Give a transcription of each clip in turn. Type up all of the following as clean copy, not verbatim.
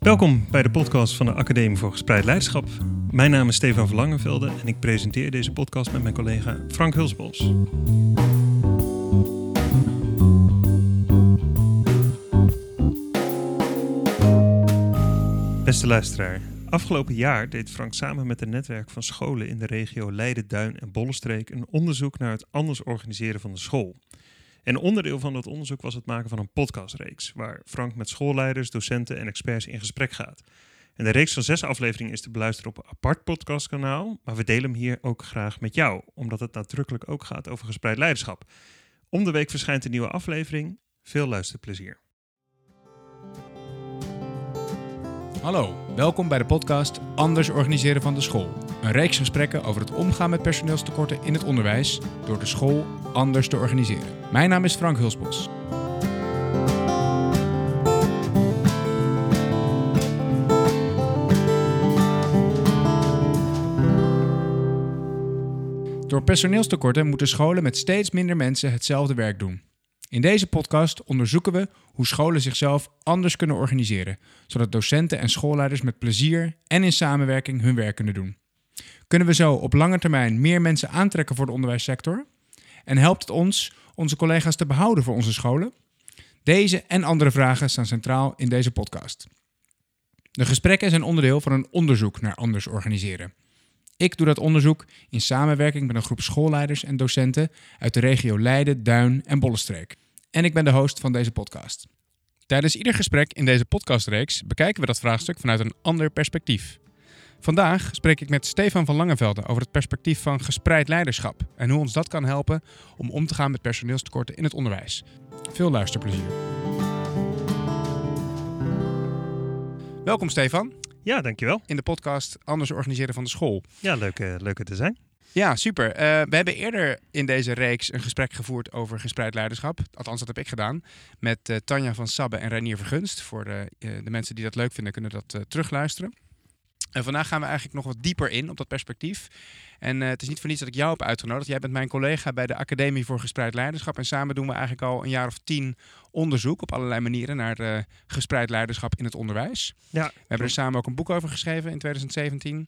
Welkom bij de podcast van de Academie voor Gespreid Leiderschap. Mijn naam is Stefan van Langenvelde en ik presenteer deze podcast met mijn collega Frank Hulsbos. Beste luisteraar, afgelopen jaar deed Frank samen met een netwerk van scholen in de regio Leiden, Duin en Bollenstreek een onderzoek naar het anders organiseren van de school. En onderdeel van dat onderzoek was het maken van een podcastreeks, waar Frank met schoolleiders, docenten en experts in gesprek gaat. En de reeks van 6 afleveringen is te beluisteren op een apart podcastkanaal, maar we delen hem hier ook graag met jou, omdat het nadrukkelijk ook gaat over gespreid leiderschap. Om de week verschijnt een nieuwe aflevering. Veel luisterplezier. Hallo, welkom bij de podcast Anders organiseren van de school. Een reeks gesprekken over het omgaan met personeelstekorten in het onderwijs door de school anders te organiseren. Mijn naam is Frank Hulsbos. Door personeelstekorten moeten scholen met steeds minder mensen hetzelfde werk doen. In deze podcast onderzoeken we hoe scholen zichzelf anders kunnen organiseren, zodat docenten en schoolleiders met plezier en in samenwerking hun werk kunnen doen. Kunnen we zo op lange termijn meer mensen aantrekken voor de onderwijssector? En helpt het ons onze collega's te behouden voor onze scholen? Deze en andere vragen staan centraal in deze podcast. De gesprekken zijn onderdeel van een onderzoek naar anders organiseren. Ik doe dat onderzoek in samenwerking met een groep schoolleiders en docenten uit de regio Leiden, Duin en Bollenstreek. En ik ben de host van deze podcast. Tijdens ieder gesprek in deze podcastreeks bekijken we dat vraagstuk vanuit een ander perspectief. Vandaag spreek ik met Stefan van Langenvelde over het perspectief van gespreid leiderschap en hoe ons dat kan helpen om te gaan met personeelstekorten in het onderwijs. Veel luisterplezier. Welkom Stefan. Ja, dankjewel. In de podcast Anders organiseren van de school. Ja, leuk er te zijn. Ja, super. We hebben eerder in deze reeks een gesprek gevoerd over gespreid leiderschap. Althans, dat heb ik gedaan. Met Tanja van Sabbe en Reinier Vergunst. Voor de mensen die dat leuk vinden, kunnen dat terugluisteren. En vandaag gaan we eigenlijk nog wat dieper in op dat perspectief. En het is niet voor niets dat ik jou heb uitgenodigd. Jij bent mijn collega bij de Academie voor Gespreid Leiderschap. En samen doen we eigenlijk al een jaar of 10 onderzoek op allerlei manieren naar gespreid leiderschap in het onderwijs. Ja, we hebben er samen ook een boek over geschreven in 2017.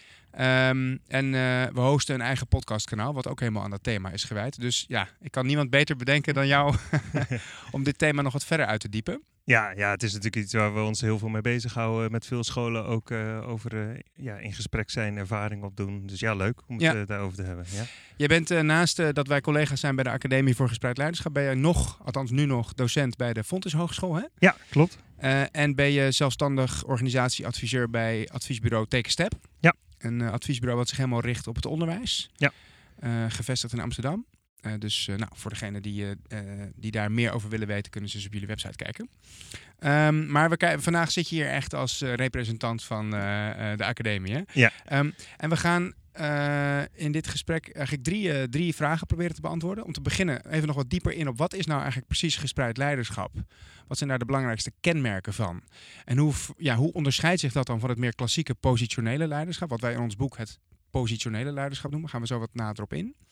We hosten een eigen podcastkanaal, wat ook helemaal aan dat thema is gewijd. Dus ja, ik kan niemand beter bedenken dan jou om dit thema nog wat verder uit te diepen. Ja, het is natuurlijk iets waar we ons heel veel mee bezighouden. Met veel scholen ook over in gesprek zijn, ervaring opdoen. Dus ja, leuk om het daarover te hebben. Ja. Je bent naast dat wij collega's zijn bij de Academie voor Gespreid Leiderschap, ben je althans nu nog docent bij de Fontys Hogeschool, hè? Ja, klopt. En ben je zelfstandig organisatieadviseur bij adviesbureau Take a Step. Ja. Een adviesbureau wat zich helemaal richt op het onderwijs. Ja. Gevestigd in Amsterdam. Voor degenen die daar meer over willen weten, kunnen ze dus op jullie website kijken. Maar vandaag zit je hier echt als representant van de academie. Hè? Ja. En we gaan in dit gesprek eigenlijk drie vragen proberen te beantwoorden. Om te beginnen even nog wat dieper in op wat is nou eigenlijk precies gespreid leiderschap? Wat zijn daar de belangrijkste kenmerken van? En hoe onderscheidt zich dat dan van het meer klassieke positionele leiderschap? Wat wij in ons boek het positionele leiderschap noemen. Gaan we zo wat nader op in.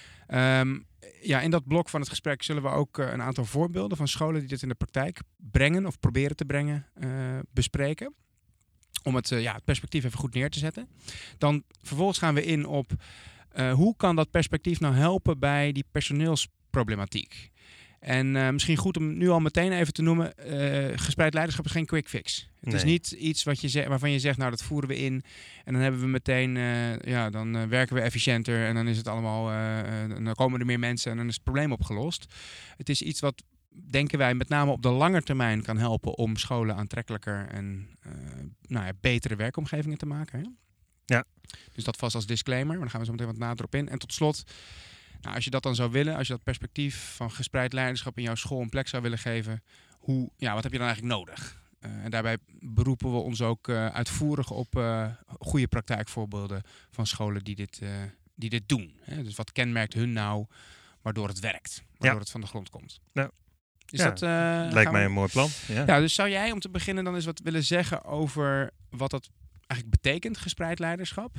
In dat blok van het gesprek zullen we ook een aantal voorbeelden van scholen die dit in de praktijk brengen of proberen te brengen bespreken. Om het perspectief even goed neer te zetten. Dan vervolgens gaan we in op hoe kan dat perspectief nou helpen bij die personeelsproblematiek. En misschien goed om nu al meteen even te noemen, gespreid leiderschap is geen quick fix. Het is niet iets waarvan je zegt, nou dat voeren we in en dan hebben we meteen, dan werken we efficiënter en dan is het allemaal, dan komen er meer mensen en dan is het probleem opgelost. Het is iets wat, denken wij, met name op de lange termijn kan helpen om scholen aantrekkelijker en betere werkomgevingen te maken. Hè? Ja. Dus dat vast als disclaimer, maar dan gaan we zo meteen wat nader op in. En tot slot, als je dat dan zou willen, als je dat perspectief van gespreid leiderschap in jouw school een plek zou willen geven, wat heb je dan eigenlijk nodig? En daarbij beroepen we ons ook uitvoerig op goede praktijkvoorbeelden van scholen die dit doen. Hè? Dus wat kenmerkt hun nou waardoor het werkt, waardoor het van de grond komt. Nou, dat lijkt mij een mooi plan. Ja, dus zou jij om te beginnen dan eens wat willen zeggen over wat dat eigenlijk betekent, gespreid leiderschap?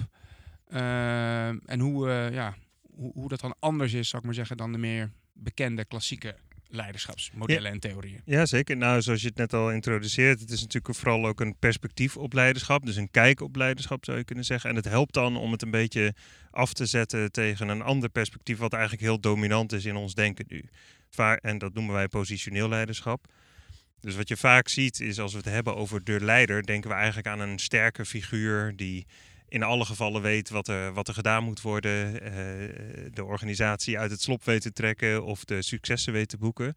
En hoe dat dan anders is, zou ik maar zeggen, dan de meer bekende klassieke leiderschapsmodellen en theorieën. Ja, zeker. Nou, zoals je het net al introduceert, het is natuurlijk vooral ook een perspectief op leiderschap. Dus een kijk op leiderschap zou je kunnen zeggen. En het helpt dan om het een beetje af te zetten tegen een ander perspectief wat eigenlijk heel dominant is in ons denken nu. En dat noemen wij positioneel leiderschap. Dus wat je vaak ziet is, als we het hebben over de leider, denken we eigenlijk aan een sterke figuur die in alle gevallen weet wat er gedaan moet worden, de organisatie uit het slop weet te trekken of de successen weet te boeken.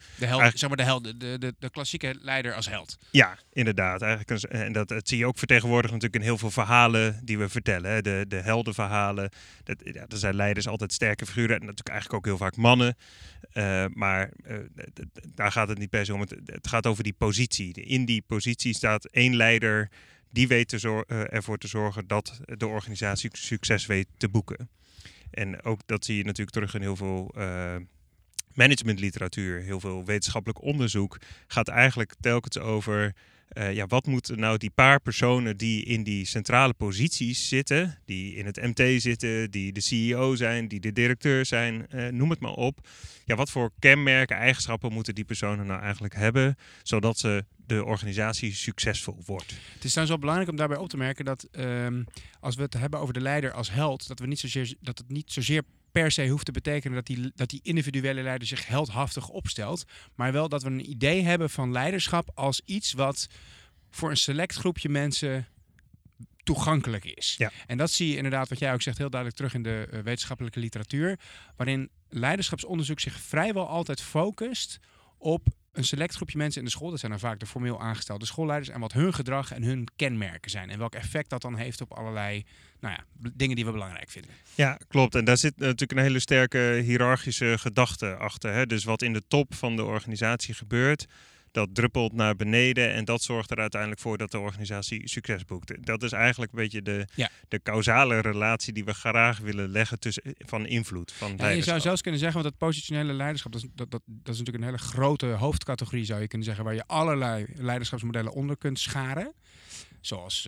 De klassieke leider als held. Ja, inderdaad. En dat zie je ook vertegenwoordigd natuurlijk in heel veel verhalen die we vertellen. Hè. De heldenverhalen. Er zijn leiders altijd sterke figuren. En natuurlijk eigenlijk ook heel vaak mannen. Maar daar gaat het niet per se om. Het gaat over die positie. In die positie staat één leider die weet ervoor te zorgen dat de organisatie succes weet te boeken. En ook dat zie je natuurlijk terug in heel veel managementliteratuur. Heel veel wetenschappelijk onderzoek gaat eigenlijk telkens over wat moeten nou die paar personen die in die centrale posities zitten, die in het MT zitten, die de CEO zijn, die de directeur zijn, noem het maar op. Ja, wat voor kenmerken, eigenschappen moeten die personen nou eigenlijk hebben, zodat de organisatie succesvol wordt? Het is trouwens wel belangrijk om daarbij op te merken dat als we het hebben over de leider als held, dat het niet zozeer per se hoeft te betekenen dat die individuele leider zich heldhaftig opstelt, maar wel dat we een idee hebben van leiderschap als iets wat voor een select groepje mensen toegankelijk is. Ja. En dat zie je inderdaad, wat jij ook zegt, heel duidelijk terug in de wetenschappelijke literatuur, waarin leiderschapsonderzoek zich vrijwel altijd focust op een select groepje mensen in de school. Dat zijn dan vaak de formeel aangestelde schoolleiders en wat hun gedrag en hun kenmerken zijn. En welk effect dat dan heeft op allerlei dingen die we belangrijk vinden. Ja, klopt. En daar zit natuurlijk een hele sterke hiërarchische gedachte achter. Hè? Dus wat in de top van de organisatie gebeurt, dat druppelt naar beneden en dat zorgt er uiteindelijk voor dat de organisatie succes boekt. Dat is eigenlijk een beetje de causale relatie die we graag willen leggen van invloed, van leiderschap. Je zou zelfs kunnen zeggen, want dat positionele leiderschap, dat is natuurlijk een hele grote hoofdcategorie, zou je kunnen zeggen, waar je allerlei leiderschapsmodellen onder kunt scharen. Zoals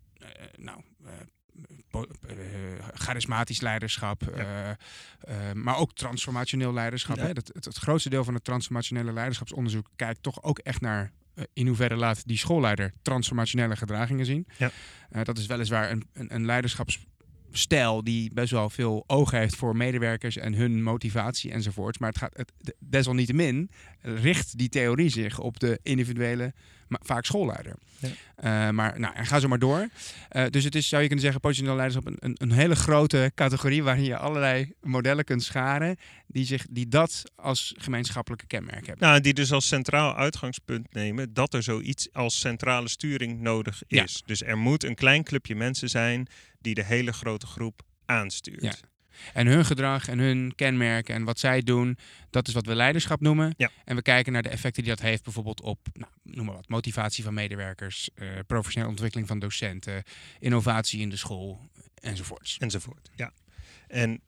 charismatisch leiderschap, maar ook transformationeel leiderschap. Ja. Hè? Het grootste deel van het transformationele leiderschapsonderzoek kijkt toch ook echt naar in hoeverre laat die schoolleider transformationele gedragingen zien. Ja. Dat is weliswaar een leiderschapsstijl die best wel veel oog heeft voor medewerkers en hun motivatie enzovoorts. Maar desalniettemin richt die theorie zich op de individuele, vaak schoolleider. Ja. En ga zo maar door. Dus het is, zou je kunnen zeggen, positioneel leiderschap een hele grote categorie waarin je allerlei modellen kunt scharen die dat als gemeenschappelijke kenmerk hebben. Nou, die dus als centraal uitgangspunt nemen dat er zoiets als centrale sturing nodig is. Ja. Dus er moet een klein clubje mensen zijn die de hele grote groep aanstuurt. Ja. En hun gedrag en hun kenmerken en wat zij doen, dat is wat we leiderschap noemen. Ja. En we kijken naar de effecten die dat heeft bijvoorbeeld op, noem maar wat, motivatie van medewerkers, professionele ontwikkeling van docenten, innovatie in de school, enzovoorts. Enzovoort, ja. En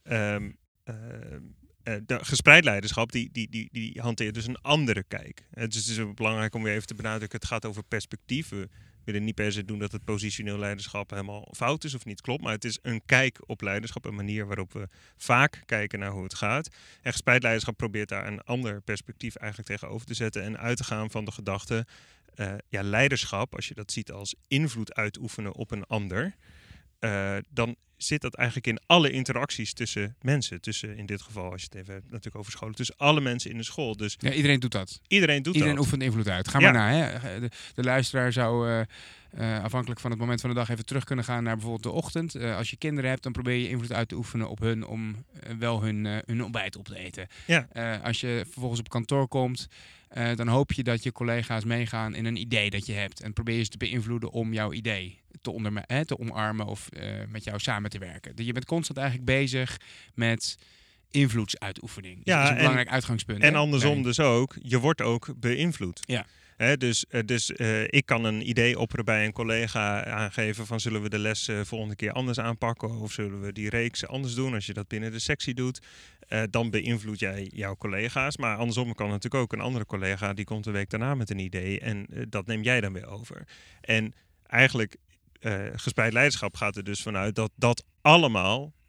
de gespreid leiderschap, die hanteert dus een andere kijk. Dus het is belangrijk om weer even te benadrukken, het gaat over perspectieven. We willen niet per se doen dat het positioneel leiderschap helemaal fout is of niet klopt. Maar het is een kijk op leiderschap, een manier waarop we vaak kijken naar hoe het gaat. En gespreid leiderschap probeert daar een ander perspectief eigenlijk tegenover te zetten. En uit te gaan van de gedachte, leiderschap, als je dat ziet als invloed uitoefenen op een ander, dan zit dat eigenlijk in alle interacties tussen mensen. Tussen, in dit geval, als je het even hebt natuurlijk over scholen, tussen alle mensen in de school. Dus ja, iedereen doet dat. Iedereen oefent invloed uit. Ga maar na. Hè. De luisteraar zou afhankelijk van het moment van de dag even terug kunnen gaan naar bijvoorbeeld de ochtend. Als je kinderen hebt, dan probeer je invloed uit te oefenen op hun om wel hun ontbijt op te eten. Ja. Als je vervolgens op kantoor komt, dan hoop je dat je collega's meegaan in een idee dat je hebt. En probeer je ze te beïnvloeden om jouw idee te omarmen of met jou samen te werken. Je bent constant eigenlijk bezig met invloedsuitoefening. Dus dat is een belangrijk uitgangspunt. En andersom dus ook, je wordt ook beïnvloed. Ja. Dus ik kan een idee opperen bij een collega aangeven van zullen we de les volgende keer anders aanpakken of zullen we die reeks anders doen als je dat binnen de sectie doet. Dan beïnvloed jij jouw collega's. Maar andersom kan natuurlijk ook een andere collega die komt een week daarna met een idee en dat neem jij dan weer over. En eigenlijk gespreid leiderschap gaat er dus vanuit dat allemaal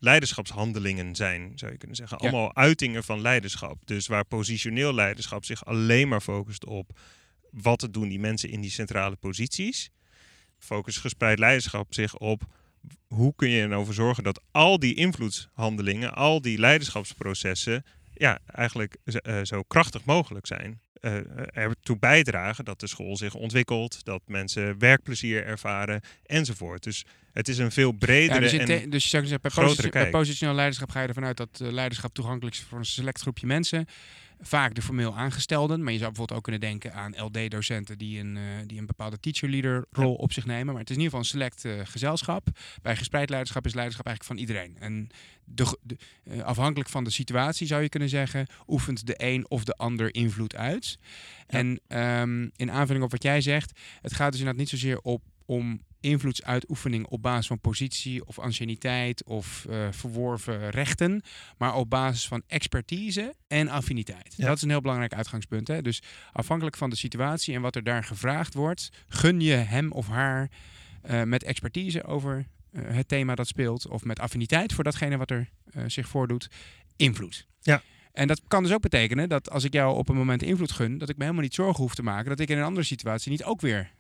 leiderschapshandelingen zijn, zou je kunnen zeggen. Allemaal uitingen van leiderschap. Dus waar positioneel leiderschap zich alleen maar focust op wat doen die mensen in die centrale posities, focust gespreid leiderschap zich op hoe kun je er nou voor zorgen dat al die invloedshandelingen, al die leiderschapsprocessen eigenlijk zo krachtig mogelijk zijn. Ertoe bijdragen dat de school zich ontwikkelt, dat mensen werkplezier ervaren enzovoort. Dus het is een veel bredere dus je zou zeggen, bij positioneel leiderschap ga je ervan uit dat leiderschap toegankelijk is voor een select groepje mensen. Vaak de formeel aangestelden, maar je zou bijvoorbeeld ook kunnen denken aan LD-docenten die een bepaalde teacher-leader-rol op zich nemen. Maar het is in ieder geval een select gezelschap. Bij gespreid leiderschap is leiderschap eigenlijk van iedereen. En afhankelijk van de situatie zou je kunnen zeggen, oefent de een of de ander invloed uit. Ja. En in aanvulling op wat jij zegt, het gaat dus inderdaad niet zozeer om invloedsuitoefening op basis van positie of anciëniteit of verworven rechten, maar op basis van expertise en affiniteit. Ja. Dat is een heel belangrijk uitgangspunt. Hè? Dus afhankelijk van de situatie en wat er daar gevraagd wordt, gun je hem of haar met expertise over het thema dat speelt of met affiniteit voor datgene wat er zich voordoet, invloed. Ja. En dat kan dus ook betekenen dat als ik jou op een moment invloed gun, dat ik me helemaal niet zorgen hoef te maken dat ik in een andere situatie niet ook weer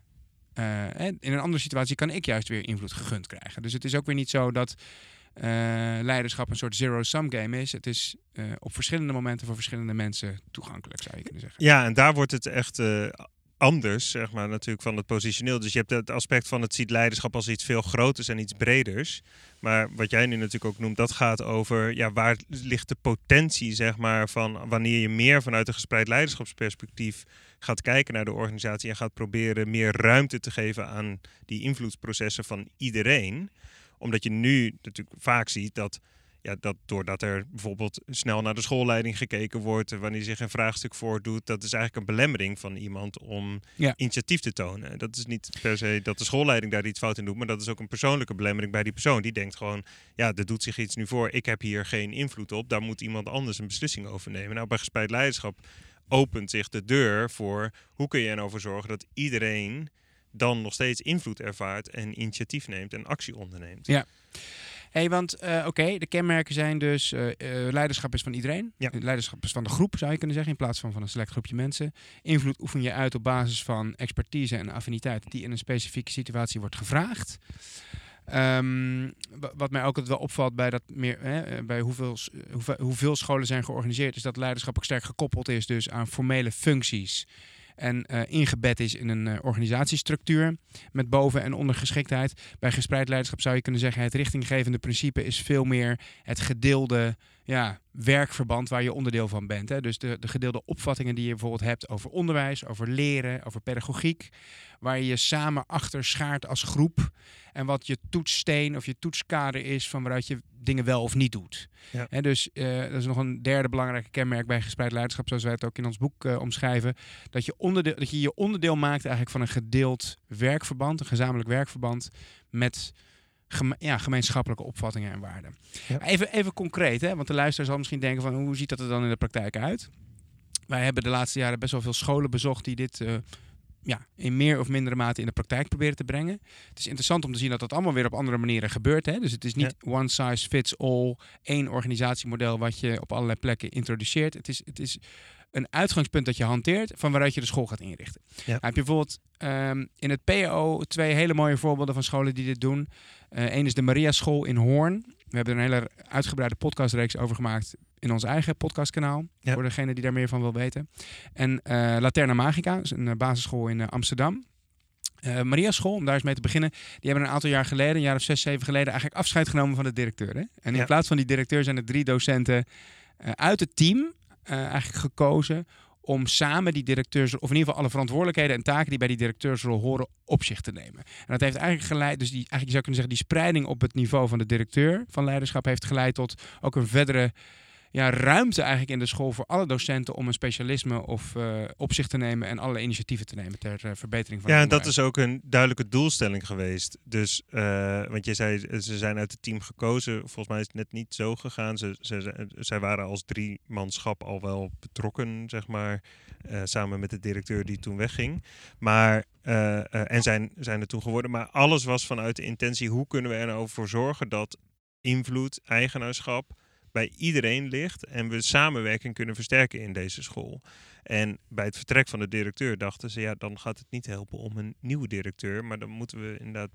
in een andere situatie kan ik juist weer invloed gegund krijgen. Dus het is ook weer niet zo dat leiderschap een soort zero-sum game is. Het is op verschillende momenten voor verschillende mensen toegankelijk, zou je kunnen zeggen. Ja, en daar wordt het echt anders, zeg maar, natuurlijk van het positioneel. Dus je hebt het aspect van het ziet leiderschap als iets veel groters en iets breders. Maar wat jij nu natuurlijk ook noemt, dat gaat over waar ligt de potentie, zeg maar, van wanneer je meer vanuit een gespreid leiderschapsperspectief gaat kijken naar de organisatie en gaat proberen meer ruimte te geven aan die invloedsprocessen van iedereen. Omdat je nu natuurlijk vaak ziet dat doordat er bijvoorbeeld snel naar de schoolleiding gekeken wordt, wanneer zich een vraagstuk voordoet, dat is eigenlijk een belemmering van iemand om initiatief te tonen. Dat is niet per se dat de schoolleiding daar iets fout in doet, maar dat is ook een persoonlijke belemmering bij die persoon. Die denkt gewoon, er doet zich iets nu voor, ik heb hier geen invloed op, daar moet iemand anders een beslissing over nemen. Nou, bij gespreid leiderschap opent zich de deur voor hoe kun je er nou voor zorgen dat iedereen dan nog steeds invloed ervaart en initiatief neemt en actie onderneemt. Ja. Want de kenmerken zijn dus leiderschap is van iedereen. Ja. Leiderschap is van de groep, zou je kunnen zeggen, in plaats van een select groepje mensen. Invloed oefen je uit op basis van expertise en affiniteit die in een specifieke situatie wordt gevraagd. Wat mij ook altijd wel opvalt bij dat bij hoeveel scholen zijn georganiseerd, is dat leiderschap ook sterk gekoppeld is dus aan formele functies. En ingebed is in een organisatiestructuur met boven- en ondergeschiktheid. Bij gespreid leiderschap zou je kunnen zeggen, het richtinggevende principe is veel meer het gedeelde werkverband waar je onderdeel van bent. Hè? Dus de gedeelde opvattingen die je bijvoorbeeld hebt over onderwijs, over leren, over pedagogiek, waar je je samen achter schaart als groep en wat je toetssteen of je toetskader is van waaruit je dingen wel of niet doet. Ja. En dus dat is nog een derde belangrijke kenmerk bij gespreid leiderschap, zoals wij het ook in ons boek omschrijven, dat je je onderdeel maakt eigenlijk van een gedeeld werkverband, een gezamenlijk werkverband met gemeenschappelijke opvattingen en waarden. Ja. Even concreet, want de luisteraar zal misschien denken van hoe ziet dat er dan in de praktijk uit? Wij hebben de laatste jaren best wel veel scholen bezocht die dit in meer of mindere mate in de praktijk proberen te brengen. Het is interessant om te zien dat dat allemaal weer op andere manieren gebeurt. Hè? Dus het is niet one size fits all, één organisatiemodel wat je op allerlei plekken introduceert. Het is een uitgangspunt dat je hanteert van waaruit je de school gaat inrichten. Ja. Nou, heb je bijvoorbeeld in het PO 2 hele mooie voorbeelden van scholen die dit doen. Eén is de Maria School in Hoorn. We hebben er een hele uitgebreide podcastreeks over gemaakt in ons eigen podcastkanaal. Ja. Voor degene die daar meer van wil weten. En Laterna Magica, is een basisschool in Amsterdam. Maria School, om daar eens mee te beginnen, die hebben een aantal jaar geleden, een jaar of 6, 7 geleden, eigenlijk afscheid genomen van de directeur. Hè? En in plaats van die directeur zijn er 3 docenten uit het team eigenlijk gekozen om samen die directeursrol, of in ieder geval alle verantwoordelijkheden en taken die bij die directeursrol horen, op zich te nemen. En dat heeft eigenlijk geleid, dus je zou kunnen zeggen, die spreiding op het niveau van de directeur van leiderschap heeft geleid tot ook een verdere ruimte eigenlijk in de school voor alle docenten om een specialisme op zich te nemen en alle initiatieven te nemen ter verbetering van het onderwijs. Dat is ook een duidelijke doelstelling geweest. Dus, want je zei, ze zijn uit het team gekozen. Volgens mij is het net niet zo gegaan. Zij waren als 3-manschap al wel betrokken, zeg maar, samen met de directeur die toen wegging. Maar, en zijn er toen geworden. Maar alles was vanuit de intentie, hoe kunnen we er nou voor zorgen dat invloed, eigenaarschap bij iedereen ligt en we samenwerking kunnen versterken in deze school. En bij het vertrek van de directeur dachten ze, dan gaat het niet helpen om een nieuwe directeur, maar dan moeten we inderdaad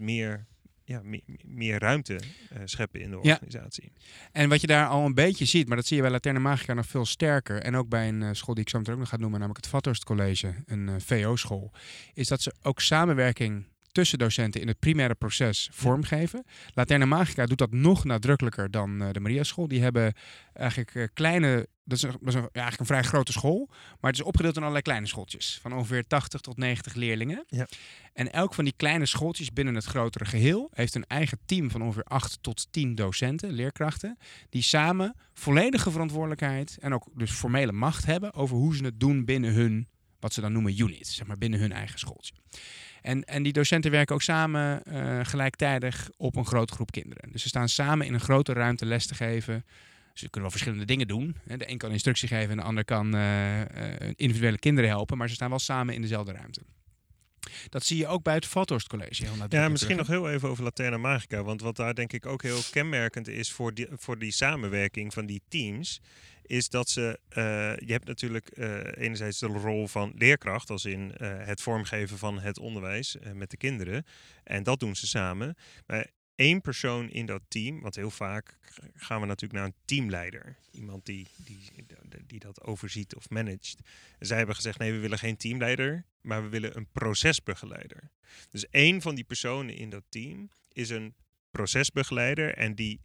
meer ruimte scheppen in de organisatie. Ja. En wat je daar al een beetje ziet, maar dat zie je bij Laterna Magica nog veel sterker, en ook bij een school die ik zo meteen ook nog ga noemen, namelijk het Vathorst College, een VO-school, is dat ze ook samenwerking tussen docenten in het primaire proces vormgeven. Laterna Magica doet dat nog nadrukkelijker dan de Maria School. Die hebben eigenlijk kleine... Dat is eigenlijk een vrij grote school, maar het is opgedeeld in allerlei kleine schooltjes. Van ongeveer 80 tot 90 leerlingen. Ja. En elk van die kleine schooltjes binnen het grotere geheel heeft een eigen team van ongeveer 8 tot 10 docenten, leerkrachten, die samen volledige verantwoordelijkheid en ook dus formele macht hebben over hoe ze het doen binnen hun, wat ze dan noemen unit, zeg maar binnen hun eigen schooltje. En die docenten werken ook samen gelijktijdig op een grote groep kinderen. Dus ze staan samen in een grote ruimte les te geven. Ze kunnen wel verschillende dingen doen. De een kan instructie geven en de ander kan individuele kinderen helpen. Maar ze staan wel samen in dezelfde ruimte. Dat zie je ook bij het Vathorst College. Ja, misschien nog heel even over Laterna Magica. Want wat daar denk ik ook heel kenmerkend is voor die samenwerking van die teams, is dat je hebt natuurlijk enerzijds de rol van leerkracht, als in het vormgeven van het onderwijs met de kinderen. En dat doen ze samen. Maar één persoon in dat team, want heel vaak gaan we natuurlijk naar een teamleider. Iemand die dat overziet of managt. En zij hebben gezegd, nee, we willen geen teamleider, maar we willen een procesbegeleider. Dus één van die personen in dat team is een procesbegeleider en die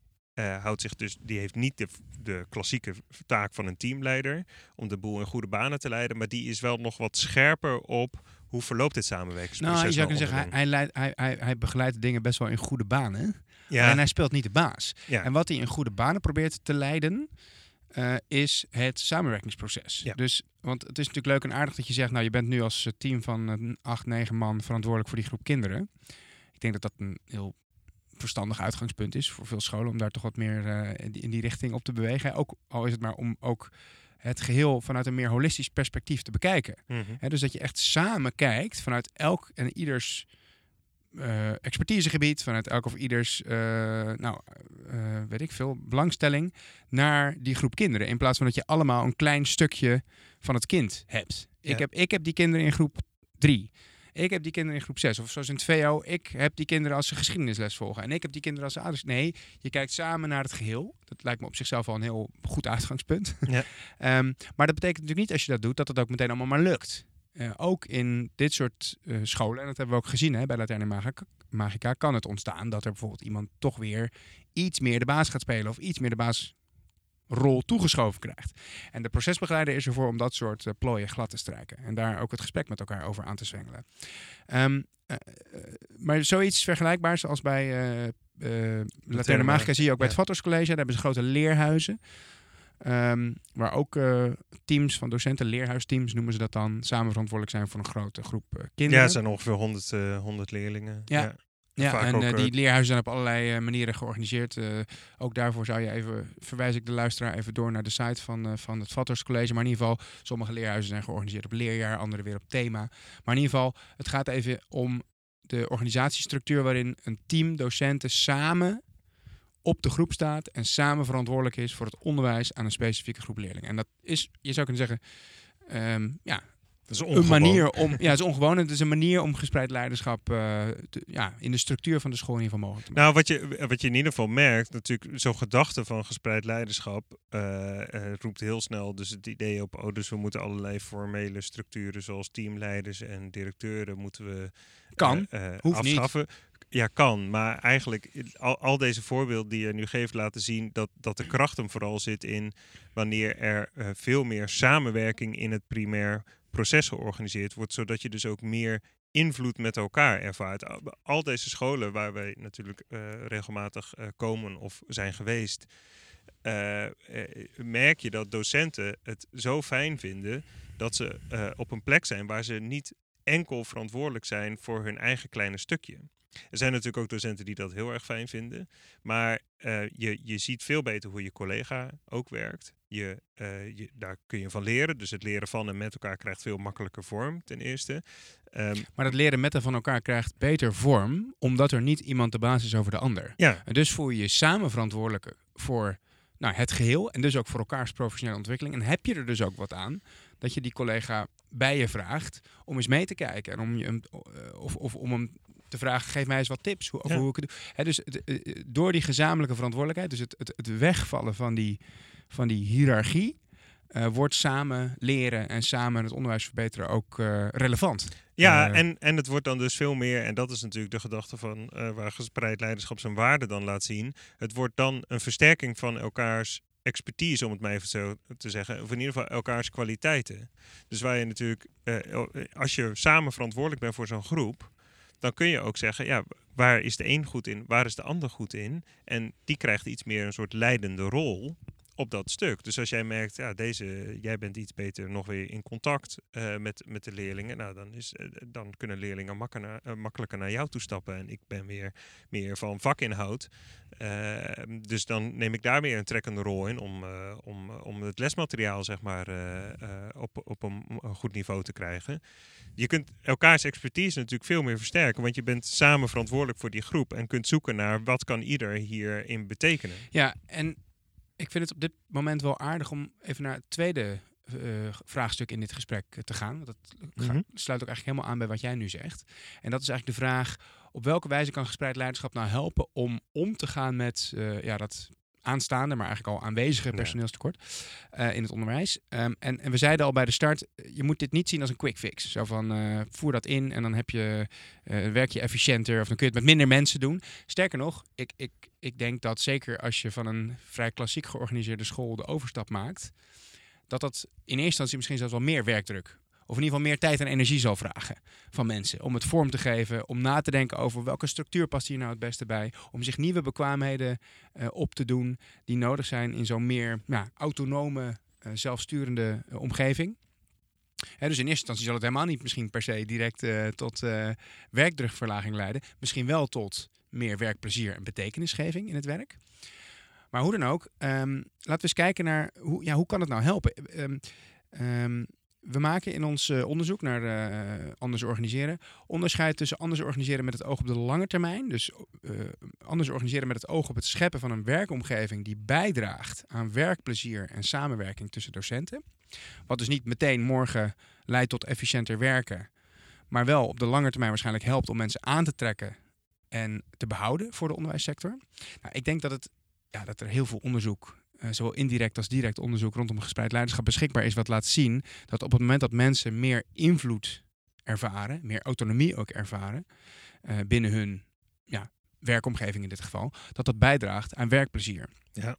heeft niet de klassieke taak van een teamleider om de boel in goede banen te leiden, maar die is wel nog wat scherper op hoe verloopt dit samenwerkingsproces. Nou, je zou kunnen zeggen, hij begeleidt de dingen best wel in goede banen. Ja. En hij speelt niet de baas. Ja. En wat hij in goede banen probeert te leiden, is het samenwerkingsproces. Ja. Dus, want het is natuurlijk leuk en aardig dat je zegt, nou, je bent nu als team van 8, 9 man verantwoordelijk voor die groep kinderen. Ik denk dat dat een heel verstandig uitgangspunt is voor veel scholen om daar toch wat meer in die richting op te bewegen. Ook al is het maar om ook het geheel vanuit een meer holistisch perspectief te bekijken. Mm-hmm. Dus dat je echt samen kijkt vanuit elk en ieders expertisegebied, vanuit elk of ieders belangstelling naar die groep kinderen. In plaats van dat je allemaal een klein stukje van het kind hebt. Ja. Ik heb die kinderen in groep 3. Ik heb die kinderen in groep 6. Of zoals in het VO, ik heb die kinderen als ze geschiedenisles volgen. En ik heb die kinderen als ze ouders. Nee, je kijkt samen naar het geheel. Dat lijkt me op zichzelf al een heel goed uitgangspunt. Ja. Maar dat betekent natuurlijk niet als je dat doet, dat het ook meteen allemaal maar lukt. Ook in dit soort scholen, en dat hebben we ook gezien bij Laterna Magica, kan het ontstaan dat er bijvoorbeeld iemand toch weer iets meer de baas gaat spelen of iets meer de baasrol toegeschoven krijgt. En de procesbegeleider is ervoor om dat soort plooien glad te strijken. En daar ook het gesprek met elkaar over aan te zwengelen. Maar zoiets vergelijkbaars als bij Laterna Magica zie je ook bij het Vathorst College. Daar hebben ze grote leerhuizen. Waar ook teams van docenten, leerhuisteams noemen ze dat dan, samen verantwoordelijk zijn voor een grote groep kinderen. Ja, het zijn ongeveer 100 leerlingen. Ja, en die leerhuizen zijn op allerlei manieren georganiseerd. Ook daarvoor verwijs ik de luisteraar even door naar de site van het Vathorst College. Maar in ieder geval, sommige leerhuizen zijn georganiseerd op leerjaar, andere weer op thema. Maar in ieder geval, het gaat even om de organisatiestructuur waarin een team docenten samen op de groep staat en samen verantwoordelijk is voor het onderwijs aan een specifieke groep leerlingen. En dat is, je zou kunnen zeggen, dat is een manier om, het is ongewoon. Het is een manier om gespreid leiderschap in de structuur van de school in ieder geval mogelijk te maken. Nou, wat je in ieder geval merkt, natuurlijk zo'n gedachte van gespreid leiderschap roept heel snel dus het idee op, dus we moeten allerlei formele structuren zoals teamleiders en directeuren moeten we hoeft afschaffen. Niet. Ja, kan. Maar eigenlijk al deze voorbeelden die je nu geeft laten zien dat de kracht hem vooral zit in wanneer er veel meer samenwerking in het primair proces georganiseerd wordt, zodat je dus ook meer invloed met elkaar ervaart. Al deze scholen waar wij natuurlijk regelmatig komen of zijn geweest, merk je dat docenten het zo fijn vinden dat ze op een plek zijn waar ze niet enkel verantwoordelijk zijn voor hun eigen kleine stukje. Er zijn natuurlijk ook docenten die dat heel erg fijn vinden. Maar je ziet veel beter hoe je collega ook werkt. Daar kun je van leren. Dus het leren van en met elkaar krijgt veel makkelijker vorm, ten eerste. Maar het leren met en van elkaar krijgt beter vorm, omdat er niet iemand de baas is over de ander. Ja. En dus voel je je samen verantwoordelijk voor het geheel en dus ook voor elkaars professionele ontwikkeling. En heb je er dus ook wat aan dat je die collega bij je vraagt om eens mee te kijken. En om hem te vragen, geef mij eens wat tips over hoe ik het doe. Dus door die gezamenlijke verantwoordelijkheid, dus het wegvallen van die hiërarchie, wordt samen leren en samen het onderwijs verbeteren ook relevant. Ja, en het wordt dan dus veel meer, en dat is natuurlijk de gedachte van waar gespreid leiderschap zijn waarde dan laat zien. Het wordt dan een versterking van elkaars expertise, om het maar even zo te zeggen. Of in ieder geval elkaars kwaliteiten. Dus waar je natuurlijk, als je samen verantwoordelijk bent voor zo'n groep, dan kun je ook zeggen, ja, waar is de een goed in, waar is de ander goed in? En die krijgt iets meer een soort leidende rol op dat stuk. Dus als jij merkt, ja, jij bent iets beter nog weer in contact met de leerlingen, nou, dan kunnen leerlingen makkelijker naar jou toe stappen. En ik ben weer meer van vakinhoud. Dus dan neem ik daar weer een trekkende rol in om het lesmateriaal, zeg maar, op een goed niveau te krijgen. Je kunt elkaars expertise natuurlijk veel meer versterken, want je bent samen verantwoordelijk voor die groep en kunt zoeken naar wat kan ieder hierin betekenen. Ja, en ik vind het op dit moment wel aardig om even naar het tweede vraagstuk in dit gesprek te gaan. Want dat sluit ook eigenlijk helemaal aan bij wat jij nu zegt. En dat is eigenlijk de vraag, op welke wijze kan gespreid leiderschap nou helpen om te gaan met dat aanstaande, maar eigenlijk al aanwezige personeelstekort in het onderwijs. En we zeiden al bij de start, je moet dit niet zien als een quick fix. Zo van, voer dat in en dan werk je efficiënter of dan kun je het met minder mensen doen. Sterker nog, ik denk dat zeker als je van een vrij klassiek georganiseerde school de overstap maakt, dat in eerste instantie misschien zelfs wel meer werkdruk of in ieder geval meer tijd en energie zal vragen van mensen. Om het vorm te geven, om na te denken over welke structuur past hier nou het beste bij. Om zich nieuwe bekwaamheden op te doen die nodig zijn in zo'n meer autonome, zelfsturende omgeving. Dus in eerste instantie zal het helemaal niet misschien per se direct tot werkdrukverlaging leiden. Misschien wel tot meer werkplezier en betekenisgeving in het werk. Maar hoe dan ook, laten we eens kijken naar hoe kan het nou helpen. We maken in ons onderzoek naar anders organiseren onderscheid tussen anders organiseren met het oog op de lange termijn. Dus anders organiseren met het oog op het scheppen van een werkomgeving die bijdraagt aan werkplezier en samenwerking tussen docenten. Wat dus niet meteen morgen leidt tot efficiënter werken, maar wel op de lange termijn waarschijnlijk helpt om mensen aan te trekken en te behouden voor de onderwijssector. Nou, ik denk dat er heel veel onderzoek, zowel indirect als direct onderzoek rondom gespreid leiderschap beschikbaar is, wat laat zien dat op het moment dat mensen meer invloed ervaren, meer autonomie ook ervaren binnen hun werkomgeving in dit geval, dat bijdraagt aan werkplezier. Ja.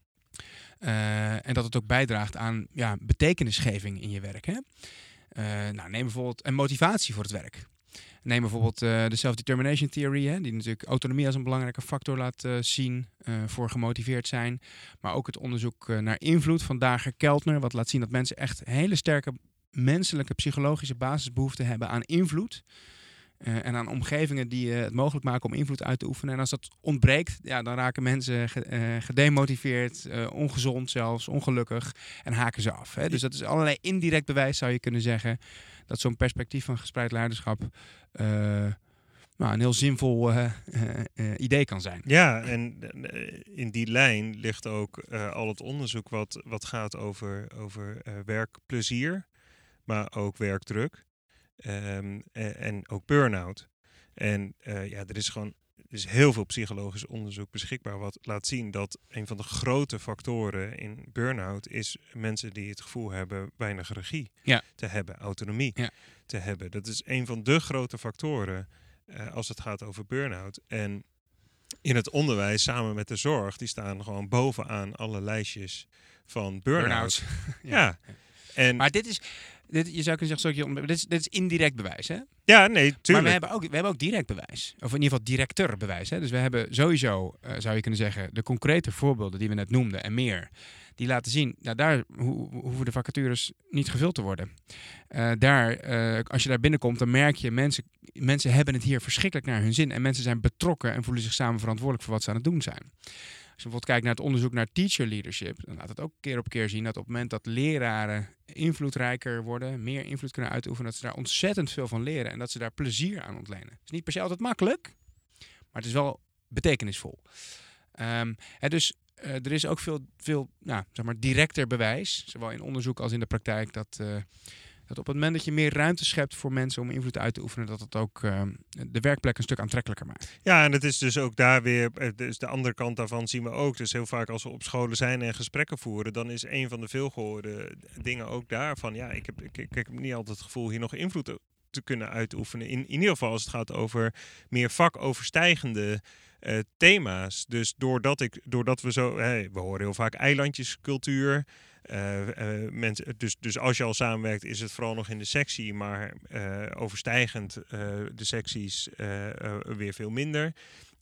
En dat het ook bijdraagt aan betekenisgeving in je werk. Hè? Neem bijvoorbeeld een motivatie voor het werk. Neem bijvoorbeeld de self-determination theory, die natuurlijk autonomie als een belangrijke factor laat zien voor gemotiveerd zijn. Maar ook het onderzoek naar invloed van Dager-Keltner, wat laat zien dat mensen echt hele sterke menselijke psychologische basisbehoeften hebben aan invloed. En aan omgevingen die het mogelijk maken om invloed uit te oefenen. En als dat ontbreekt, dan raken mensen gedemotiveerd, ongezond zelfs, ongelukkig en haken ze af. Hè? Dus dat is allerlei indirect bewijs, zou je kunnen zeggen, dat zo'n perspectief van gespreid leiderschap een heel zinvol idee kan zijn. Ja, en in die lijn ligt ook al het onderzoek wat gaat over werkplezier, maar ook werkdruk. En ook burn-out. En er is heel veel psychologisch onderzoek beschikbaar wat laat zien dat een van de grote factoren in burn-out is mensen die het gevoel hebben weinig regie te hebben, autonomie te hebben. Dat is een van de grote factoren als het gaat over burn-out. En in het onderwijs samen met de zorg, die staan gewoon bovenaan alle lijstjes van burn-out. Ja. En maar dit is je zou kunnen zeggen, dit is indirect bewijs, hè? Ja, nee, tuurlijk. Maar we hebben ook direct bewijs. Of in ieder geval directer bewijs. Hè? Dus we hebben sowieso, zou je kunnen zeggen, de concrete voorbeelden die we net noemden en meer. Die laten zien, nou, daar hoeven de vacatures niet gevuld te worden. Als je daar binnenkomt, dan merk je, mensen hebben het hier verschrikkelijk naar hun zin. En mensen zijn betrokken en voelen zich samen verantwoordelijk voor wat ze aan het doen zijn. Als je bijvoorbeeld kijkt naar het onderzoek naar teacher leadership, dan laat het ook keer op keer zien dat op het moment dat leraren invloedrijker worden, meer invloed kunnen uitoefenen, dat ze daar ontzettend veel van leren en dat ze daar plezier aan ontlenen. Het is niet per se altijd makkelijk, maar het is wel betekenisvol. Dus er is ook veel zeg maar directer bewijs, zowel in onderzoek als in de praktijk, dat op het moment dat je meer ruimte schept voor mensen om invloed uit te oefenen, dat het ook de werkplek een stuk aantrekkelijker maakt. Ja, en het is dus ook daar weer, dus de andere kant daarvan zien we ook. Dus heel vaak als we op scholen zijn en gesprekken voeren, dan is een van de veelgehoorde dingen ook daarvan, ja, ik heb niet altijd het gevoel hier nog invloed te kunnen uitoefenen. In ieder geval als het gaat over meer vakoverstijgende thema's. Dus doordat we zo, we horen heel vaak eilandjescultuur. Dus als je al samenwerkt is het vooral nog in de sectie, maar overstijgend de secties weer veel minder.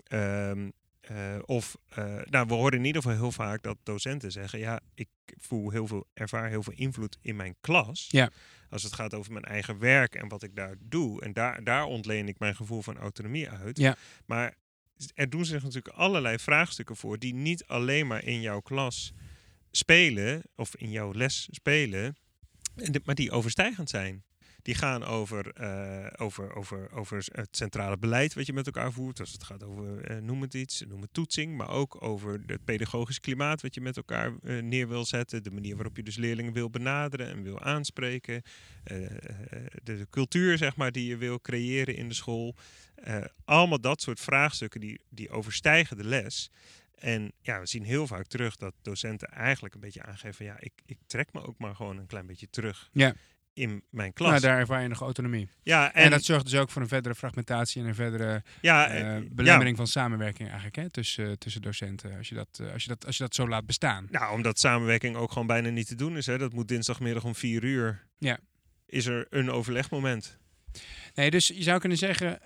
We horen in ieder geval heel vaak dat docenten zeggen, ja, ik ervaar heel veel invloed in mijn klas. Ja. Als het gaat over mijn eigen werk en wat ik daar doe. En daar ontleen ik mijn gevoel van autonomie uit. Ja. Maar er doen zich natuurlijk allerlei vraagstukken voor die niet alleen maar in jouw klas spelen of in jouw les spelen, maar die overstijgend zijn. Die gaan over het centrale beleid wat je met elkaar voert. Als het gaat over, noem het toetsing. Maar ook over het pedagogisch klimaat wat je met elkaar neer wil zetten. De manier waarop je dus leerlingen wil benaderen en wil aanspreken. De cultuur, zeg maar, die je wil creëren in de school. Allemaal dat soort vraagstukken die overstijgen de les. En ja, we zien heel vaak terug dat docenten eigenlijk een beetje aangeven van, ja, ik trek me ook maar gewoon een klein beetje terug. Ja. In mijn klas. Nou, daar ervaar je nog autonomie. Ja, en dat zorgt dus ook voor een verdere fragmentatie en een verdere belemmering van samenwerking eigenlijk, hè, tussen docenten. Als je dat zo laat bestaan. Nou, omdat samenwerking ook gewoon bijna niet te doen is. Hè. Dat moet dinsdagmiddag om 4:00. Ja. Is er een overlegmoment. Nee, dus je zou kunnen zeggen,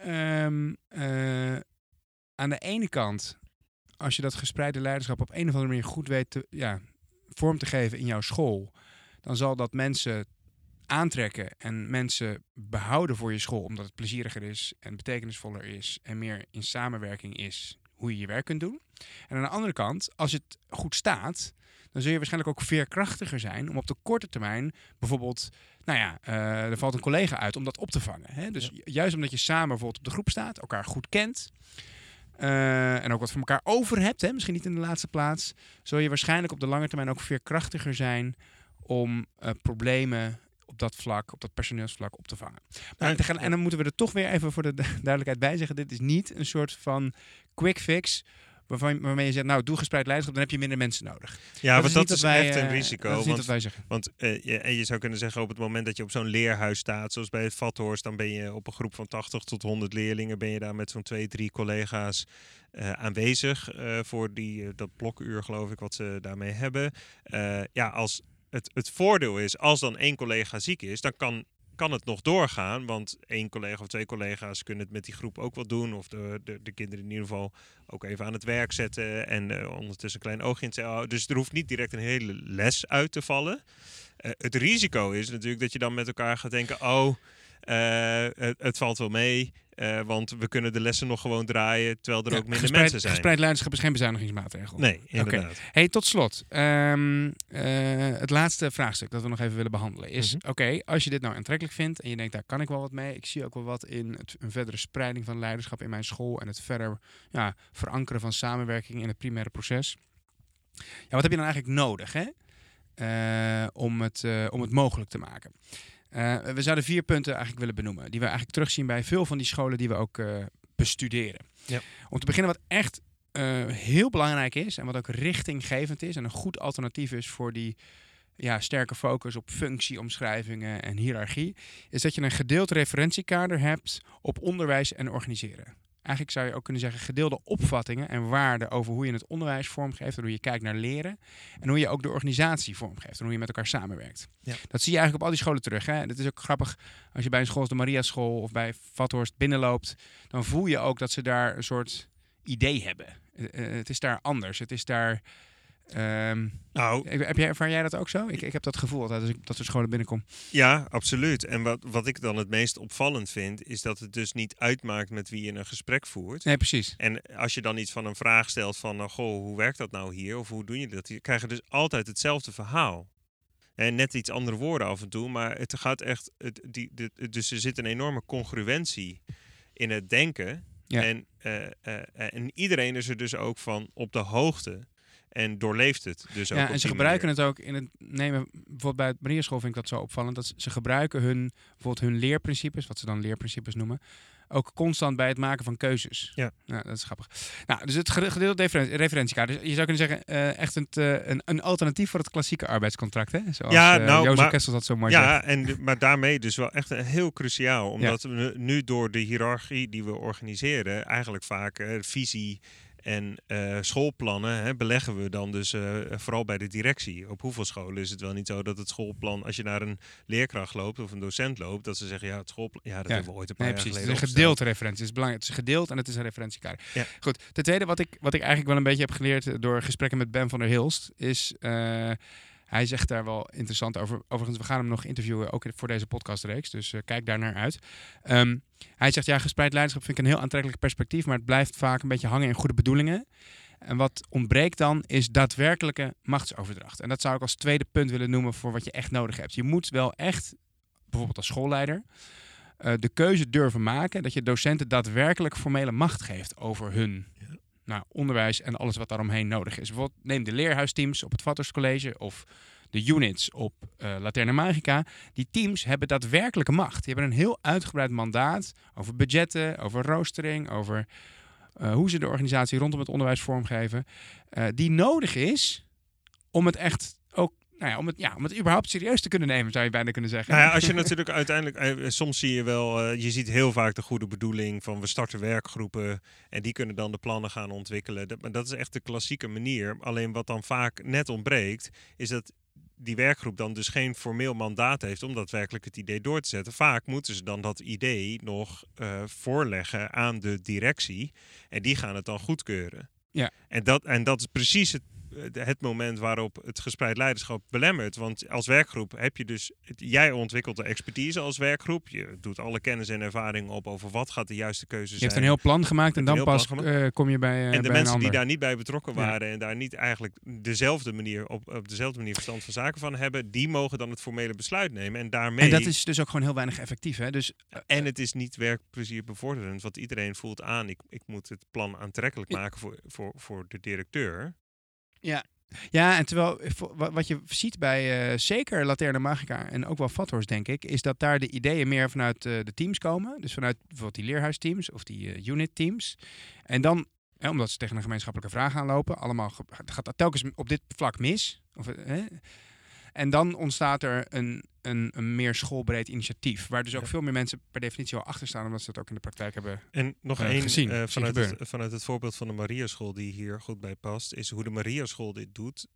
aan de ene kant, als je dat gespreide leiderschap op een of andere manier goed weet vorm te geven in jouw school, dan zal dat mensen aantrekken en mensen behouden voor je school, omdat het plezieriger is en betekenisvoller is en meer in samenwerking is hoe je je werk kunt doen. En aan de andere kant, als het goed staat, dan zul je waarschijnlijk ook veerkrachtiger zijn om op de korte termijn bijvoorbeeld, er valt een collega uit om dat op te vangen. Hè? Dus juist omdat je samen bijvoorbeeld op de groep staat, elkaar goed kent, en ook wat van elkaar over hebt, hè? Misschien niet in de laatste plaats, zul je waarschijnlijk op de lange termijn ook veerkrachtiger zijn om problemen op dat vlak, op dat personeelsvlak op te vangen. En dan moeten we er toch weer even voor de duidelijkheid bij zeggen, dit is niet een soort van quick fix waarmee je zegt, nou, doe gespreid leiderschap, dan heb je minder mensen nodig. Ja, want dat is echt een risico. Dat is niet wat wij zeggen. Want je zou kunnen zeggen, op het moment dat je op zo'n leerhuis staat, zoals bij het Vathorst, dan ben je op een groep van 80 tot 100 leerlingen, ben je daar met zo'n 2-3 collega's aanwezig voor dat blokuur, geloof ik, wat ze daarmee hebben. Als het voordeel is, als dan 1 collega ziek is, dan kan het nog doorgaan. Want 1 collega of 2 collega's kunnen het met die groep ook wel doen. Of de kinderen in ieder geval ook even aan het werk zetten. En ondertussen een klein oogje in te zetten. Dus er hoeft niet direct een hele les uit te vallen. Het risico is natuurlijk dat je dan met elkaar gaat denken, het valt wel mee. Want we kunnen de lessen nog gewoon draaien, terwijl er ook minder mensen zijn. Gespreid leiderschap is geen bezuinigingsmaatregel. Nee, inderdaad. Okay. Hey, tot slot. Het laatste vraagstuk dat we nog even willen behandelen is, als je dit nou aantrekkelijk vindt en je denkt, daar kan ik wel wat mee. Ik zie ook wel wat in een verdere spreiding van leiderschap in mijn school en het verder verankeren van samenwerking in het primaire proces. Ja, wat heb je dan eigenlijk nodig, hè? Om het mogelijk te maken? We zouden 4 punten eigenlijk willen benoemen, die we eigenlijk terugzien bij veel van die scholen die we ook bestuderen. Ja. Om te beginnen, wat echt heel belangrijk is en wat ook richtinggevend is en een goed alternatief is voor die sterke focus op functieomschrijvingen en hiërarchie, is dat je een gedeeld referentiekader hebt op onderwijs en organiseren. eigenlijk zou je ook kunnen zeggen gedeelde opvattingen en waarden over hoe je het onderwijs vormgeeft en hoe je kijkt naar leren en hoe je ook de organisatie vormgeeft en hoe je met elkaar samenwerkt. Ja. Dat zie je eigenlijk op al die scholen terug. Hè? Dat is ook grappig als je bij een school als de Maria School of bij Vathorst binnenloopt, dan voel je ook dat ze daar een soort idee hebben. Het is daar anders. Het is daar... Ervaar jij dat ook zo? Ik heb dat gevoel altijd als ik dat soort scholen binnenkom. Ja, absoluut. En wat ik dan het meest opvallend vind, is dat het dus niet uitmaakt met wie je een gesprek voert. Nee, precies. En als je dan iets van een vraag stelt van, hoe werkt dat nou hier? Of hoe doen jullie dat hier? Krijg je dus altijd hetzelfde verhaal. En net iets andere woorden af en toe, maar het gaat echt... Dus er zit een enorme congruentie in het denken. Ja. En iedereen is er dus ook van op de hoogte. En doorleeft het dus ook. Ja, en ze gebruiken het ook in het nemen. Bijvoorbeeld bij het Maria School vind ik dat zo opvallend. Dat ze gebruiken bijvoorbeeld hun leerprincipes, wat ze dan leerprincipes noemen, ook constant bij het maken van keuzes. Ja. Dat is grappig. Nou, dus het gedeelde referentiekader. Dus je zou kunnen zeggen, echt een alternatief voor het klassieke arbeidscontract. Hè? Zoals Jozef Kessels dat zo mooi zegt. Maar daarmee dus wel echt heel cruciaal. Omdat we nu door de hiërarchie die we organiseren, eigenlijk vaak visie en schoolplannen beleggen we dan dus vooral bij de directie. Op hoeveel scholen is het wel niet zo dat het schoolplan, als je naar een leerkracht loopt of een docent loopt, dat ze zeggen, het schoolplan, dat hebben we ooit een paar jaar geleden het is een gedeeld referentie. Het is belangrijk. Het is gedeeld en het is een referentiekader. Ja. Goed. Ten tweede, wat ik eigenlijk wel een beetje heb geleerd door gesprekken met Ben van der Hilst, is... hij zegt daar wel interessant over. Overigens, we gaan hem nog interviewen, ook voor deze podcastreeks. Dus kijk daar naar uit. Hij zegt, gespreid leiderschap vind ik een heel aantrekkelijk perspectief, maar het blijft vaak een beetje hangen in goede bedoelingen. En wat ontbreekt dan, is daadwerkelijke machtsoverdracht. En dat zou ik als tweede punt willen noemen voor wat je echt nodig hebt. Je moet wel echt, bijvoorbeeld als schoolleider, de keuze durven maken dat je docenten daadwerkelijk formele macht geeft over hun onderwijs en alles wat daaromheen nodig is. Bijvoorbeeld neem de leerhuisteams op het Vathorst College of de units op Laterna Magica. Die teams hebben daadwerkelijke macht. Die hebben een heel uitgebreid mandaat over budgetten, over roostering, over hoe ze de organisatie rondom het onderwijs vormgeven. Die nodig is om het echt ook om het überhaupt serieus te kunnen nemen, zou je bijna kunnen zeggen. Nou ja, als je natuurlijk uiteindelijk... soms zie je wel... je ziet heel vaak de goede bedoeling van we starten werkgroepen en die kunnen dan de plannen gaan ontwikkelen. Dat is echt de klassieke manier. Alleen wat dan vaak net ontbreekt, is dat die werkgroep dan dus geen formeel mandaat heeft om daadwerkelijk het idee door te zetten. Vaak moeten ze dan dat idee nog voorleggen aan de directie en die gaan het dan goedkeuren. Ja. En dat is precies het moment waarop het gespreid leiderschap belemmert. Want als werkgroep heb je dus... Jij ontwikkelt de expertise als werkgroep. Je doet alle kennis en ervaring op over wat gaat de juiste keuze zijn. Je hebt een heel plan gemaakt en dan pas kom je bij en de bij mensen die daar niet bij betrokken waren en daar niet eigenlijk dezelfde manier op dezelfde manier verstand van zaken van hebben, die mogen dan het formele besluit nemen. En daarmee... En dat is dus ook gewoon heel weinig effectief. Hè? Dus, en het is niet werkplezier bevorderend, want iedereen voelt aan, ik moet het plan aantrekkelijk maken voor de directeur. Ja, en terwijl wat je ziet bij zeker Laterna Magica en ook wel Vathorst, denk ik, is dat daar de ideeën meer vanuit de teams komen. Dus vanuit bijvoorbeeld die leerhuisteams of die unit-teams. En dan, omdat ze tegen een gemeenschappelijke vraag aanlopen, gaat dat telkens op dit vlak mis. En dan ontstaat er een meer schoolbreed initiatief. Waar dus ook veel meer mensen per definitie wel achter staan, omdat ze dat ook in de praktijk hebben gezien. En nog één vanuit het voorbeeld van de Maria School die hier goed bij past, is hoe de Maria School dit doet.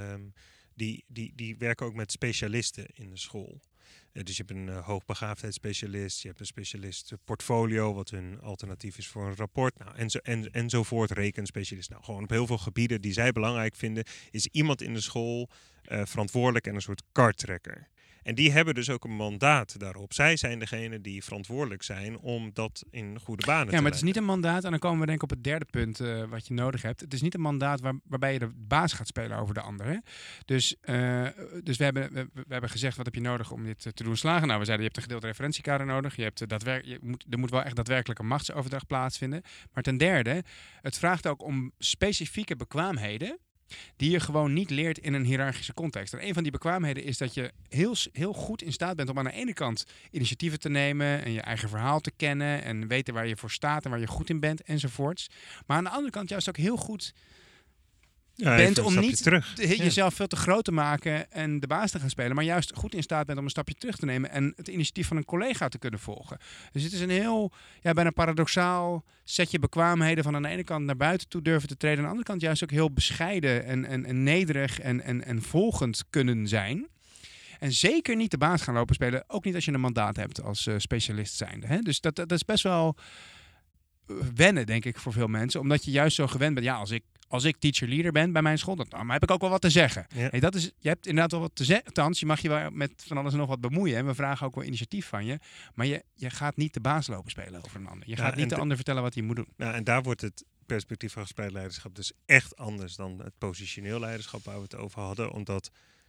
Die werken ook met specialisten in de school. Dus je hebt een hoogbegaafdheidsspecialist, je hebt een specialist portfolio, wat hun alternatief is voor een rapport, enzovoort, rekenspecialist. Nou, gewoon op heel veel gebieden die zij belangrijk vinden, is iemand in de school verantwoordelijk en een soort karttrekker. En die hebben dus ook een mandaat daarop. Zij zijn degene die verantwoordelijk zijn om dat in goede banen te leiden. Ja, maar het is niet een mandaat, en dan komen we denk ik op het derde punt wat je nodig hebt. Het is niet een mandaat waarbij je de baas gaat spelen over de ander. Hè? Dus we hebben gezegd, wat heb je nodig om dit te doen slagen? Nou, we zeiden, je hebt een gedeeld referentiekader nodig. Er moet wel echt daadwerkelijke machtsoverdracht plaatsvinden. Maar ten derde, het vraagt ook om specifieke bekwaamheden die je gewoon niet leert in een hiërarchische context. En een van die bekwaamheden is dat je heel goed in staat bent om aan de ene kant initiatieven te nemen en je eigen verhaal te kennen en weten waar je voor staat en waar je goed in bent enzovoorts. Maar aan de andere kant juist ook heel goed bent om niet terug. jezelf veel te groot te maken en de baas te gaan spelen, maar juist goed in staat bent om een stapje terug te nemen en het initiatief van een collega te kunnen volgen. Dus het is een heel, bijna paradoxaal setje bekwaamheden van aan de ene kant naar buiten toe durven te treden, aan de andere kant juist ook heel bescheiden en nederig en volgend kunnen zijn. En zeker niet de baas gaan lopen spelen, ook niet als je een mandaat hebt als specialist zijnde. Hè? Dus dat is best wel wennen, denk ik, voor veel mensen, omdat je juist zo gewend bent. Ja, als ik teacher leader ben bij mijn school, dan heb ik ook wel wat te zeggen. Ja. Hey, je hebt inderdaad wel wat te zeggen. Althans, je mag je wel met van alles en nog wat bemoeien. En we vragen ook wel initiatief van je. Maar je gaat niet de baas lopen spelen over een ander. Je gaat niet de ander vertellen wat hij moet doen. Nou, en daar wordt het perspectief van gespreid leiderschap dus echt anders dan het positioneel leiderschap waar we het over hadden. Omdat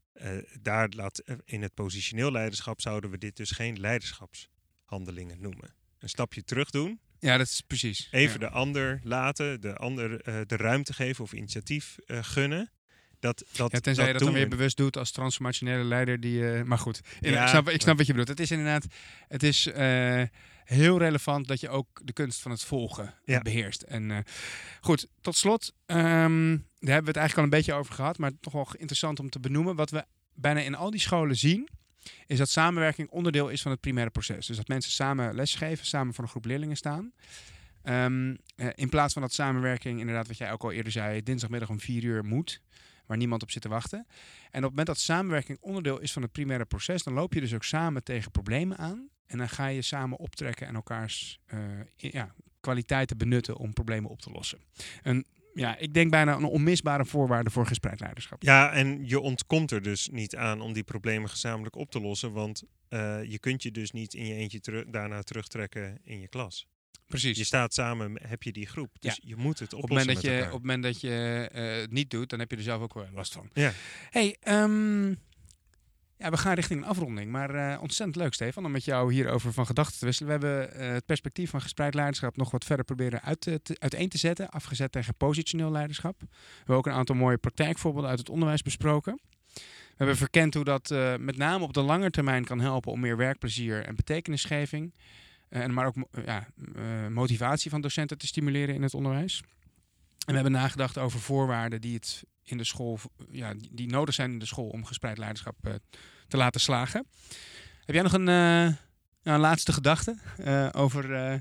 in het positioneel leiderschap zouden we dit dus geen leiderschapshandelingen noemen. Een stapje terug doen. Ja, dat is precies. Even de ander laten, de ander de ruimte geven of initiatief gunnen. Tenzij je dat dan weer bewust doet als transformationele leider. Maar goed, ik snap wat je bedoelt. Het is inderdaad, heel relevant dat je ook de kunst van het volgen beheerst. En goed, tot slot, daar hebben we het eigenlijk al een beetje over gehad, maar toch wel interessant om te benoemen. Wat we bijna in al die scholen zien, is dat samenwerking onderdeel is van het primaire proces. Dus dat mensen samen lesgeven, samen voor een groep leerlingen staan. In plaats van dat samenwerking, inderdaad wat jij ook al eerder zei, dinsdagmiddag om 4:00 moet, waar niemand op zit te wachten. En op het moment dat samenwerking onderdeel is van het primaire proces, dan loop je dus ook samen tegen problemen aan. En dan ga je samen optrekken en elkaars kwaliteiten benutten om problemen op te lossen. Ik denk bijna een onmisbare voorwaarde voor gespreid leiderschap. Ja, en je ontkomt er dus niet aan om die problemen gezamenlijk op te lossen. Want je kunt je dus niet in je eentje daarna terugtrekken in je klas. Precies. Je staat samen, heb je die groep. Dus je moet het oplossen met elkaar. Op het moment dat je het niet doet, dan heb je er zelf ook wel last van. Ja. Hey, we gaan richting een afronding. Maar ontzettend leuk, Stefan, om met jou hierover van gedachten te wisselen. We hebben het perspectief van gespreid leiderschap nog wat verder proberen uiteen te zetten. Afgezet tegen positioneel leiderschap. We hebben ook een aantal mooie praktijkvoorbeelden uit het onderwijs besproken. We hebben verkend hoe dat met name op de lange termijn kan helpen om meer werkplezier en betekenisgeving. Maar ook motivatie van docenten te stimuleren in het onderwijs. En we hebben nagedacht over voorwaarden die het in de school, die nodig zijn in de school om gespreid leiderschap te laten slagen. Heb jij nog een laatste gedachte over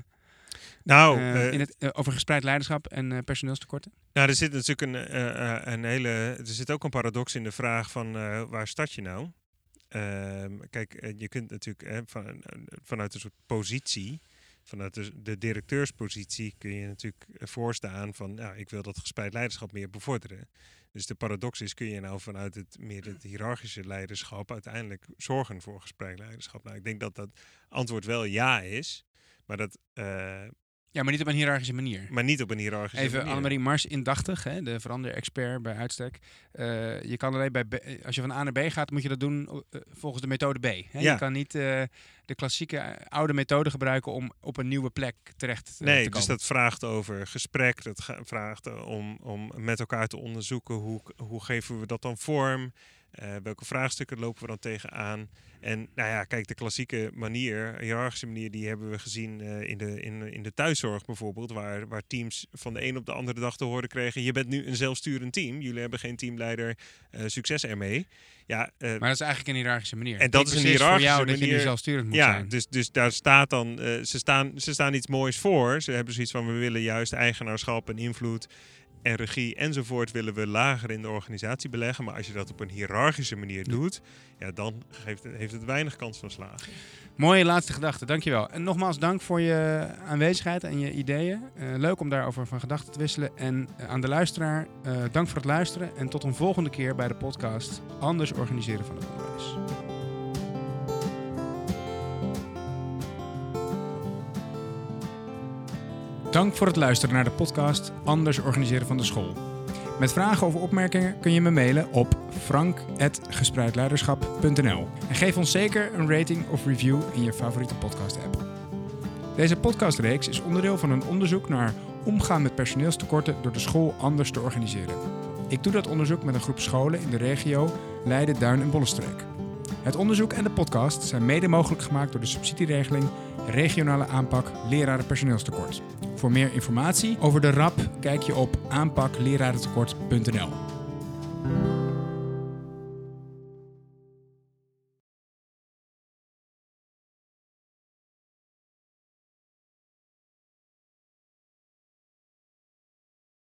over gespreid leiderschap en personeelstekorten? Nou, er zit natuurlijk er zit ook een paradox in de vraag van waar start je nou? Kijk, je kunt natuurlijk vanuit een soort positie, vanuit de directeurspositie kun je natuurlijk voorstaan van, ik wil dat gespreid leiderschap meer bevorderen. Dus de paradox is, kun je nou vanuit het hiërarchische leiderschap uiteindelijk zorgen voor gespreid leiderschap? Nou, ik denk dat dat antwoord wel ja is, maar dat... maar niet op een hiërarchische manier. Even Annemarie Mars indachtig, de veranderexpert bij uitstek. Je kan alleen als je van A naar B gaat, moet je dat doen volgens de methode B. Hè? Ja. Je kan niet de klassieke oude methode gebruiken om op een nieuwe plek terecht te komen. Dus dat vraagt over gesprek. Dat vraagt om met elkaar te onderzoeken hoe geven we dat dan vorm. Welke vraagstukken lopen we dan tegenaan? En kijk, de klassieke manier, hiërarchische manier, die hebben we gezien in de thuiszorg bijvoorbeeld, waar teams van de een op de andere dag te horen kregen, je bent nu een zelfsturend team, jullie hebben geen teamleider, succes ermee. Ja, maar dat is eigenlijk een hiërarchische manier. En dat is een hiërarchische voor jou manier. Dat je nu zelfsturend moet zijn. Dus daar staat dan, ze staan iets moois voor. Ze hebben zoiets van, we willen juist eigenaarschap en invloed en regie enzovoort willen we lager in de organisatie beleggen. Maar als je dat op een hiërarchische manier doet, dan heeft het weinig kans van slagen. Mooie laatste gedachte, dankjewel. En nogmaals dank voor je aanwezigheid en je ideeën. Leuk om daarover van gedachten te wisselen. En aan de luisteraar, dank voor het luisteren. En tot een volgende keer bij de podcast Anders organiseren van het onderwijs. Dank voor het luisteren naar de podcast Anders organiseren van de school. Met vragen of opmerkingen kun je me mailen op frank@gespreidleiderschap.nl. En geef ons zeker een rating of review in je favoriete podcast-app. Deze podcastreeks is onderdeel van een onderzoek naar omgaan met personeelstekorten door de school anders te organiseren. Ik doe dat onderzoek met een groep scholen in de regio Leiden, Duin en Bollenstreek. Het onderzoek en de podcast zijn mede mogelijk gemaakt door de subsidieregeling Regionale aanpak lerarenpersoneelstekort. Voor meer informatie over de RAP kijk je op aanpaklerarentekort.nl.